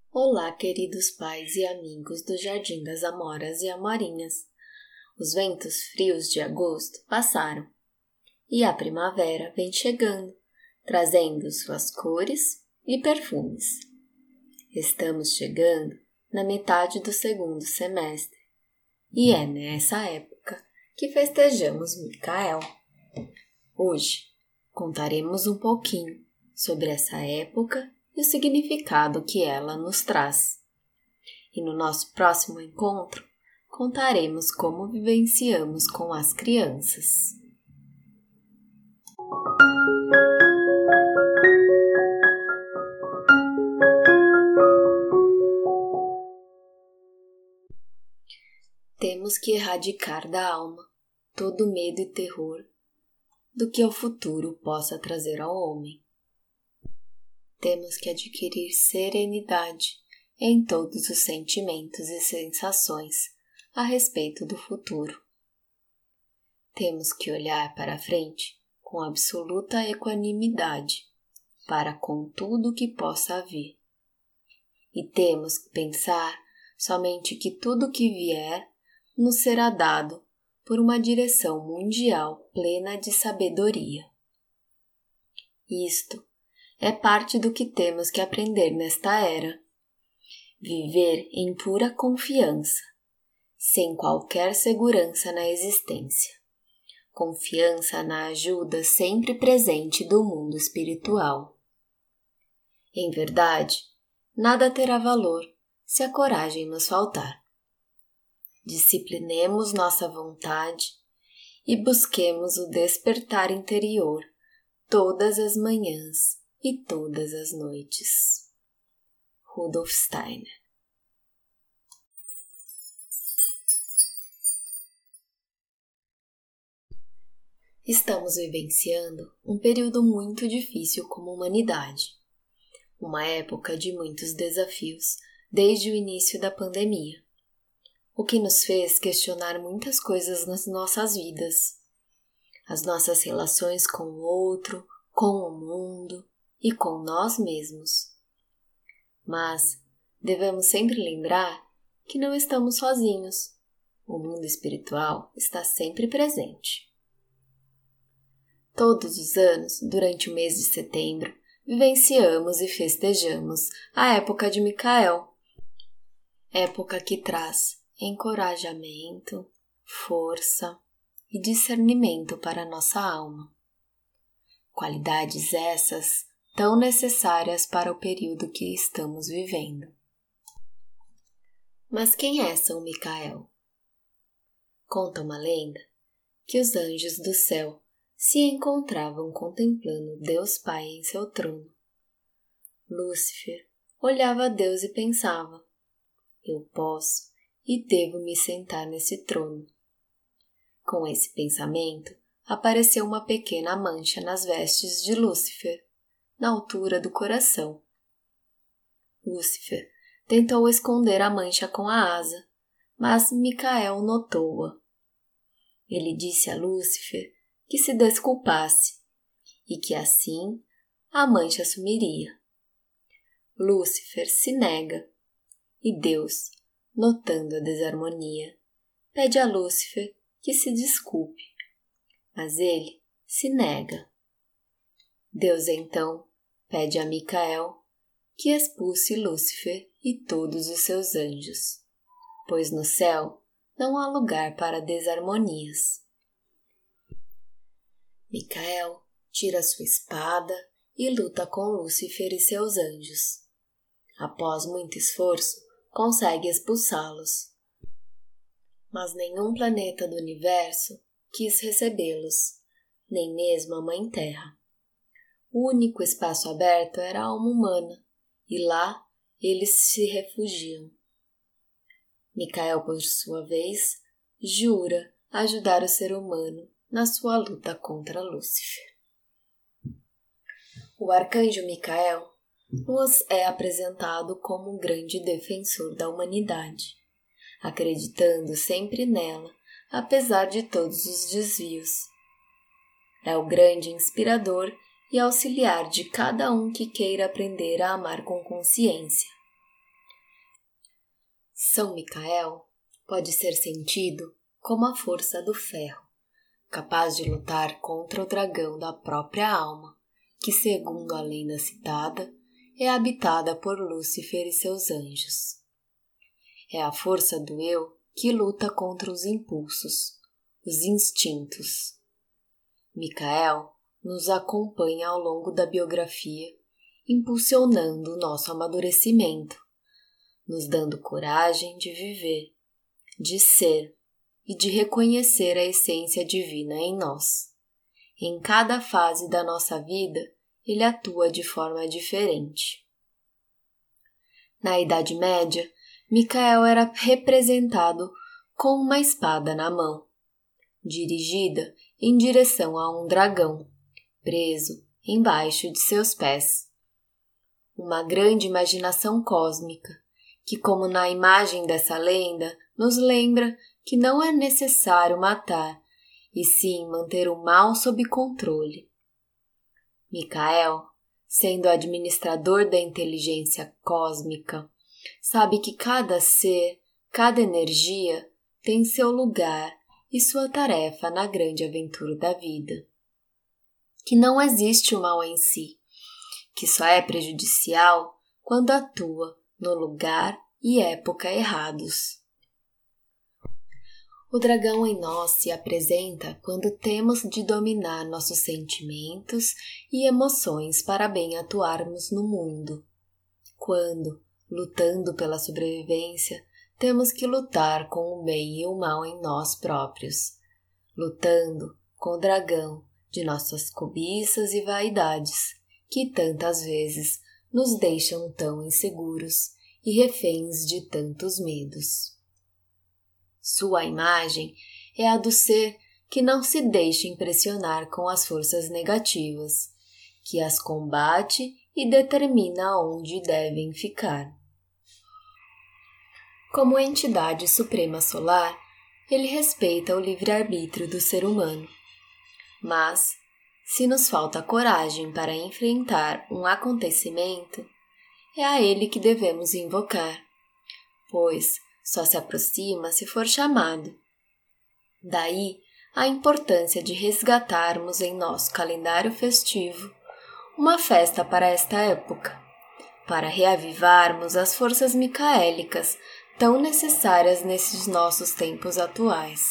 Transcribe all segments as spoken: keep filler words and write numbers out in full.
Olá, queridos pais e amigos do Jardim das Amoras e Amorinhas. Os ventos frios de agosto passaram e a primavera vem chegando, trazendo suas cores e perfumes. Estamos chegando na metade do segundo semestre e é nessa época que festejamos Micael. Hoje contaremos um pouquinho sobre essa época e o significado que ela nos traz. E no nosso próximo encontro, contaremos como vivenciamos com as crianças. Temos que erradicar da alma todo medo e terror do que o futuro possa trazer ao homem. Temos que adquirir serenidade em todos os sentimentos e sensações a respeito do futuro. Temos que olhar para a frente com absoluta equanimidade para com tudo que possa vir. E temos que pensar somente que tudo que vier nos será dado por uma direção mundial plena de sabedoria. Isto é parte do que temos que aprender nesta era. Viver em pura confiança, sem qualquer segurança na existência. Confiança na ajuda sempre presente do mundo espiritual. Em verdade, nada terá valor se a coragem nos faltar. Disciplinemos nossa vontade e busquemos o despertar interior todas as manhãs e todas as noites. Rudolf Steiner. Estamos vivenciando um período muito difícil como humanidade, uma época de muitos desafios desde o início da pandemia, o que nos fez questionar muitas coisas nas nossas vidas, as nossas relações com o outro, com o mundo e com nós mesmos. Mas devemos sempre lembrar que não estamos sozinhos. O mundo espiritual está sempre presente. Todos os anos, durante o mês de setembro, vivenciamos e festejamos a época de Micael, época que traz encorajamento, força e discernimento para a nossa alma. Qualidades essas tão necessárias para o período que estamos vivendo. Mas quem é São Micael? Conta uma lenda que os anjos do céu se encontravam contemplando Deus Pai em seu trono. Lúcifer olhava a Deus e pensava: eu posso e devo me sentar nesse trono. Com esse pensamento, apareceu uma pequena mancha nas vestes de Lúcifer, na altura do coração. Lúcifer tentou esconder a mancha com a asa, mas Micael notou-a. Ele disse a Lúcifer que se desculpasse e que assim a mancha sumiria. Lúcifer se nega e Deus, notando a desarmonia, pede a Lúcifer que se desculpe, mas ele se nega. Deus então pede a Micael que expulse Lúcifer e todos os seus anjos, pois no céu não há lugar para desarmonias. Micael tira sua espada e luta com Lúcifer e seus anjos. Após muito esforço, consegue expulsá-los. Mas nenhum planeta do universo quis recebê-los, nem mesmo a Mãe Terra. O único espaço aberto era a alma humana, e lá eles se refugiam. Micael, por sua vez, jura ajudar o ser humano na sua luta contra Lúcifer. O arcanjo Micael nos é apresentado como um grande defensor da humanidade, acreditando sempre nela, apesar de todos os desvios. É o grande inspirador e auxiliar de cada um que queira aprender a amar com consciência. São Micael pode ser sentido como a força do ferro, capaz de lutar contra o dragão da própria alma, que, segundo a lenda citada, é habitada por Lúcifer e seus anjos. É a força do eu que luta contra os impulsos, os instintos. Micael nos acompanha ao longo da biografia, impulsionando o nosso amadurecimento, nos dando coragem de viver, de ser e de reconhecer a essência divina em nós. Em cada fase da nossa vida, ele atua de forma diferente. Na Idade Média, Micael era representado com uma espada na mão, dirigida em direção a um dragão, preso embaixo de seus pés. Uma grande imaginação cósmica, que, como na imagem dessa lenda, nos lembra que não é necessário matar, e sim manter o mal sob controle. Micael, sendo administrador da inteligência cósmica, sabe que cada ser, cada energia tem seu lugar e sua tarefa na grande aventura da vida. Que não existe o mal em si, que só é prejudicial quando atua no lugar e época errados. O dragão em nós se apresenta quando temos de dominar nossos sentimentos e emoções para bem atuarmos no mundo. Quando, lutando pela sobrevivência, temos que lutar com o bem e o mal em nós próprios, lutando com o dragão de nossas cobiças e vaidades, que tantas vezes nos deixam tão inseguros e reféns de tantos medos. Sua imagem é a do ser que não se deixa impressionar com as forças negativas, que as combate e determina onde devem ficar. Como entidade suprema solar, ele respeita o livre-arbítrio do ser humano. Mas, se nos falta coragem para enfrentar um acontecimento, é a ele que devemos invocar, pois só se aproxima se for chamado. Daí a importância de resgatarmos em nosso calendário festivo uma festa para esta época, para reavivarmos as forças micaélicas tão necessárias nesses nossos tempos atuais.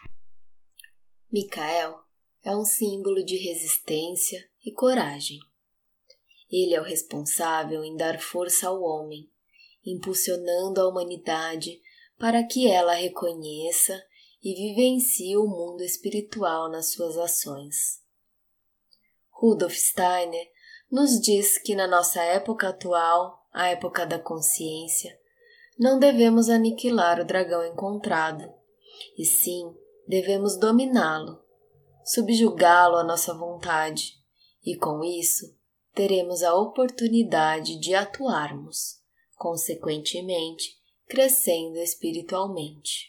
Micael é um símbolo de resistência e coragem. Ele é o responsável em dar força ao homem, impulsionando a humanidade para que ela reconheça e vivencie o mundo espiritual nas suas ações. Rudolf Steiner nos diz que na nossa época atual, a época da consciência, não devemos aniquilar o dragão encontrado, e sim devemos dominá-lo, subjugá-lo à nossa vontade, e com isso teremos a oportunidade de atuarmos, consequentemente, crescendo espiritualmente.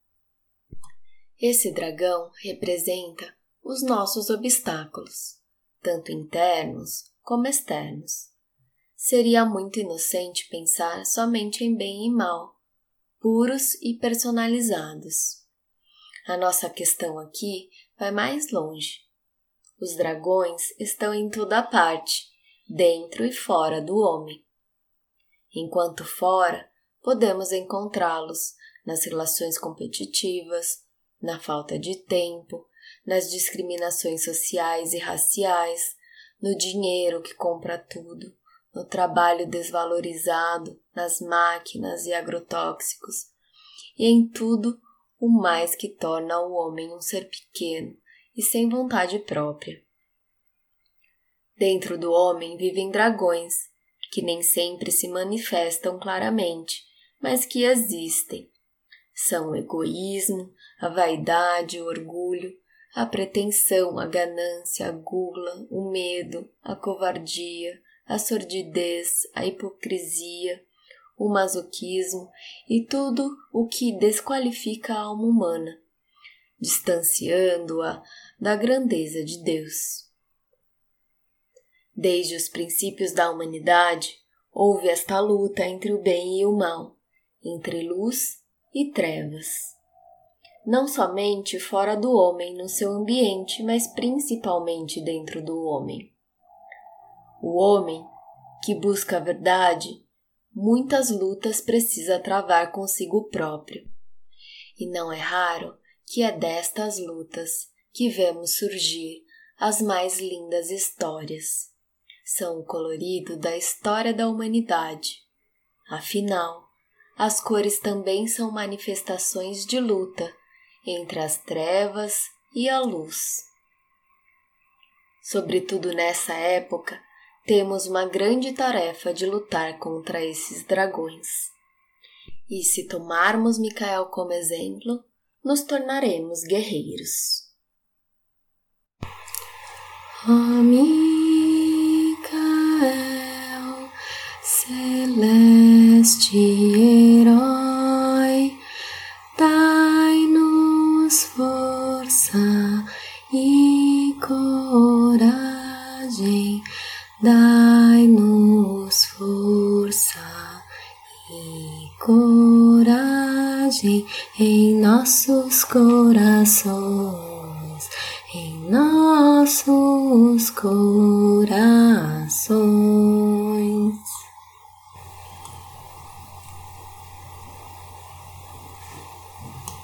Esse dragão representa os nossos obstáculos, tanto internos como externos. Seria muito inocente pensar somente em bem e mal, puros e personalizados. A nossa questão aqui vai mais longe. Os dragões estão em toda parte, dentro e fora do homem. Enquanto fora, podemos encontrá-los nas relações competitivas, na falta de tempo, nas discriminações sociais e raciais, no dinheiro que compra tudo, no trabalho desvalorizado, nas máquinas e agrotóxicos, e em tudo o mais que torna o homem um ser pequeno e sem vontade própria. Dentro do homem vivem dragões, que nem sempre se manifestam claramente, mas que existem. São o egoísmo, a vaidade, o orgulho, a pretensão, a ganância, a gula, o medo, a covardia, a sordidez, a hipocrisia, o masoquismo e tudo o que desqualifica a alma humana, distanciando-a da grandeza de Deus. Desde os princípios da humanidade, houve esta luta entre o bem e o mal, entre luz e trevas. Não somente fora do homem no seu ambiente, mas principalmente dentro do homem. O homem, que busca a verdade, muitas lutas precisa travar consigo próprio. E não é raro que é destas lutas que vemos surgir as mais lindas histórias. São o colorido da história da humanidade. Afinal, as cores também são manifestações de luta entre as trevas e a luz. Sobretudo nessa época, temos uma grande tarefa de lutar contra esses dragões. E se tomarmos Micael como exemplo, nos tornaremos guerreiros. Ó Micael, celeste herói, dai-nos força e coragem, dai-nos força e coragem em nossos corações, em nossos corações.